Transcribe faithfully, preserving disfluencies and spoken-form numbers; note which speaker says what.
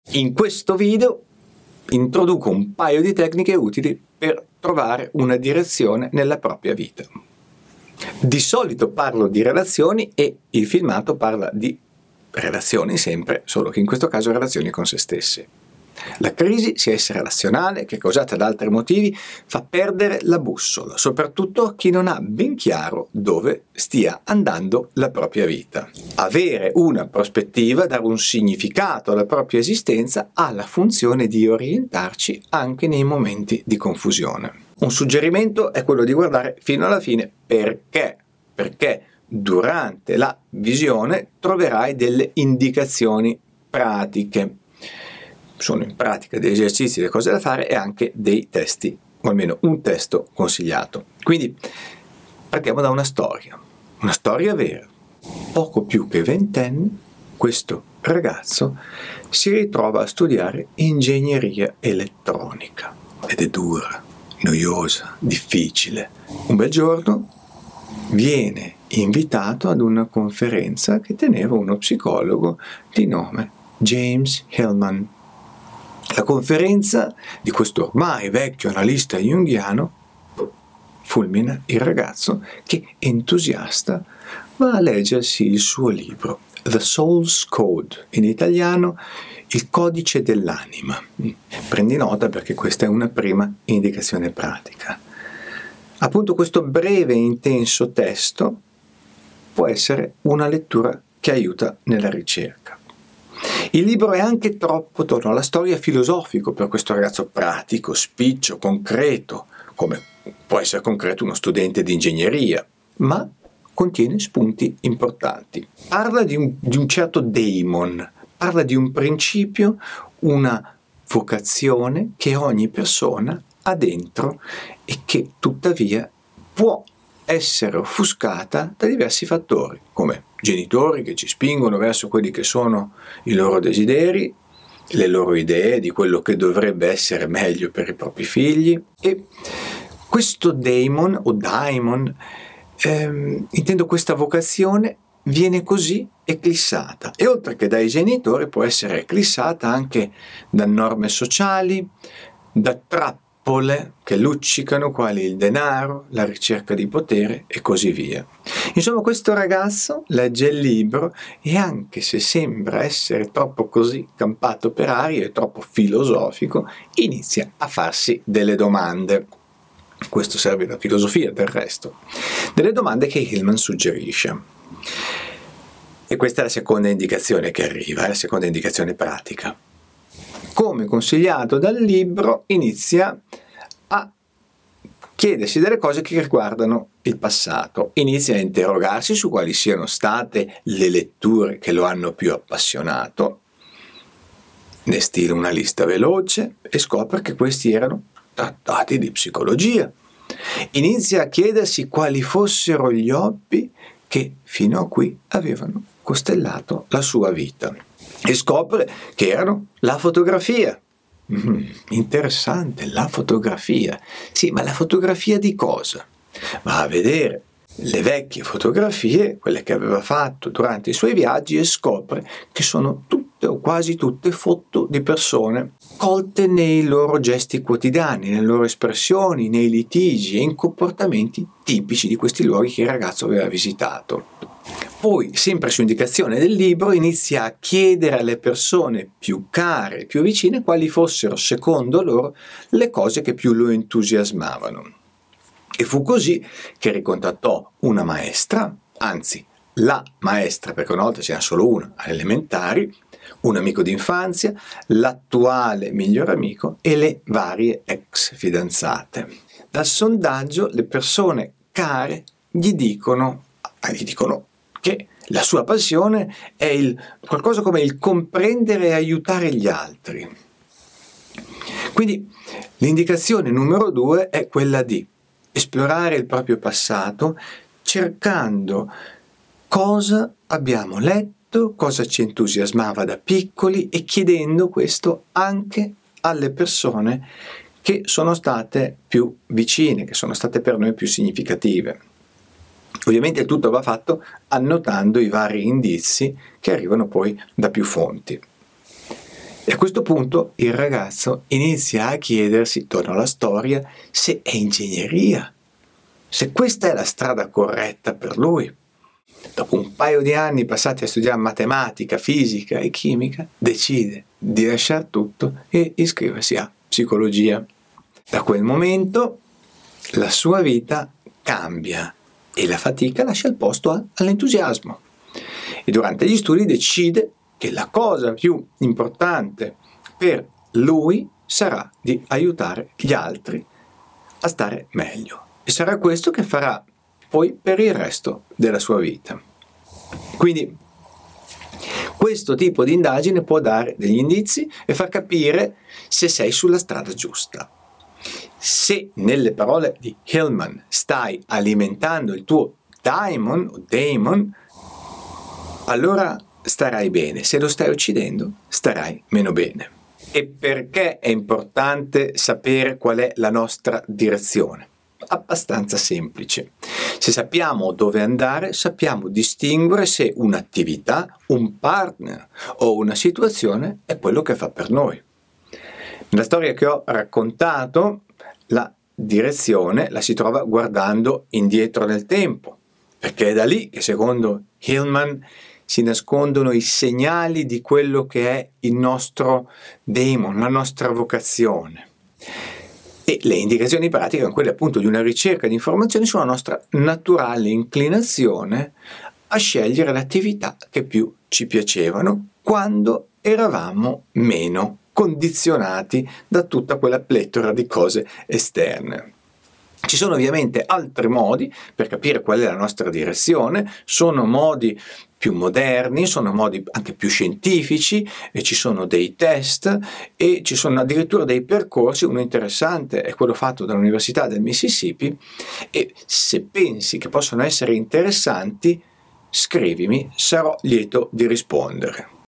Speaker 1: In questo video introduco un paio di tecniche utili per trovare una direzione nella propria vita. Di solito parlo di relazioni e il filmato parla di relazioni sempre, solo che in questo caso relazioni con se stessi. La crisi, sia essa relazionale che causata da altri motivi, fa perdere la bussola, soprattutto a chi non ha ben chiaro dove stia andando la propria vita. Avere una prospettiva, dare un significato alla propria esistenza, ha la funzione di orientarci anche nei momenti di confusione. Un suggerimento è quello di guardare fino alla fine. Perché? Perché durante la visione troverai delle indicazioni pratiche. Sono in pratica degli esercizi, delle cose da fare e anche dei testi, o almeno un testo consigliato. Quindi partiamo da una storia, una storia vera. Poco più che ventenne, questo ragazzo si ritrova a studiare ingegneria elettronica ed è dura, noiosa, difficile. Un bel giorno viene invitato ad una conferenza che teneva uno psicologo di nome James Hillman. La conferenza di questo ormai vecchio analista junghiano fulmina il ragazzo che, entusiasta, va a leggersi il suo libro The Soul's Code, in italiano Il codice dell'anima. Prendi nota perché questa è una prima indicazione pratica. Appunto, questo breve e intenso testo può essere una lettura che aiuta nella ricerca. Il libro è anche troppo, torno alla storia, filosofico per questo ragazzo pratico, spiccio, concreto, come può essere concreto uno studente di ingegneria, ma contiene spunti importanti. Parla di un, di un certo daemon, parla di un principio, una vocazione che ogni persona ha dentro e che tuttavia può essere offuscata da diversi fattori, come genitori che ci spingono verso quelli che sono i loro desideri, le loro idee di quello che dovrebbe essere meglio per i propri figli. E questo daemon o daimon, ehm, intendo questa vocazione, viene così eclissata, e oltre che dai genitori può essere eclissata anche da norme sociali, da trappole che luccicano quali il denaro, la ricerca di potere e così via. Insomma, questo ragazzo legge il libro e, anche se sembra essere troppo così campato per aria e troppo filosofico, inizia a farsi delle domande. Questo serve la filosofia, del resto. Delle domande che Hillman suggerisce. E questa è la seconda indicazione che arriva, è la seconda indicazione pratica. Come consigliato dal libro, inizia a chiedersi delle cose che riguardano il passato, inizia a interrogarsi su quali siano state le letture che lo hanno più appassionato, ne stila una lista veloce e scopre che questi erano trattati di psicologia. Inizia a chiedersi quali fossero gli hobby che fino a qui avevano costellato la sua vita. E scopre che erano la fotografia. Mm, interessante, la fotografia. Sì, ma la fotografia di cosa? Va a vedere le vecchie fotografie, quelle che aveva fatto durante i suoi viaggi, e scopre che sono tutte o quasi tutte foto di persone colte nei loro gesti quotidiani, nelle loro espressioni, nei litigi e in comportamenti tipici di questi luoghi che il ragazzo aveva visitato. Poi, sempre su indicazione del libro, inizia a chiedere alle persone più care, più vicine, quali fossero, secondo loro, le cose che più lo entusiasmavano. E fu così che ricontattò una maestra, anzi, la maestra, perché una volta c'era solo una, alle elementari, un amico d'infanzia, l'attuale miglior amico e le varie ex fidanzate. Dal sondaggio le persone care gli dicono, gli dicono che la sua passione è il, qualcosa come il comprendere e aiutare gli altri. Quindi l'indicazione numero due è quella di esplorare il proprio passato cercando cosa abbiamo letto, cosa ci entusiasmava da piccoli e chiedendo questo anche alle persone che sono state più vicine, che sono state per noi più significative. Ovviamente tutto va fatto annotando i vari indizi che arrivano poi da più fonti. E a questo punto il ragazzo inizia a chiedersi, torno alla storia, se è ingegneria, se questa è la strada corretta per lui. Dopo un paio di anni passati a studiare matematica, fisica e chimica, decide di lasciare tutto e iscriversi a psicologia. Da quel momento la sua vita cambia e la fatica lascia il posto all'entusiasmo. E durante gli studi decide che la cosa più importante per lui sarà di aiutare gli altri a stare meglio. E sarà questo che farà poi per il resto della sua vita. Quindi questo tipo di indagine può dare degli indizi e far capire se sei sulla strada giusta. Se nelle parole di Hillman stai alimentando il tuo daimon o daemon, allora starai bene. Se lo stai uccidendo, starai meno bene. E perché è importante sapere qual è la nostra direzione? Abbastanza semplice. Se sappiamo dove andare, sappiamo distinguere se un'attività, un partner o una situazione è quello che fa per noi. Nella storia che ho raccontato, la direzione la si trova guardando indietro nel tempo, perché è da lì che, secondo Hillman, si nascondono i segnali di quello che è il nostro daemon, la nostra vocazione. E le indicazioni pratiche sono quelle appunto di una ricerca di informazioni sulla nostra naturale inclinazione a scegliere le attività che più ci piacevano quando eravamo meno condizionati da tutta quella pletora di cose esterne. Ci sono ovviamente altri modi per capire qual è la nostra direzione, sono modi più moderni, sono modi anche più scientifici, e ci sono dei test e ci sono addirittura dei percorsi. Uno interessante è quello fatto dall'Università del Mississippi, e se pensi che possono essere interessanti, scrivimi, sarò lieto di rispondere.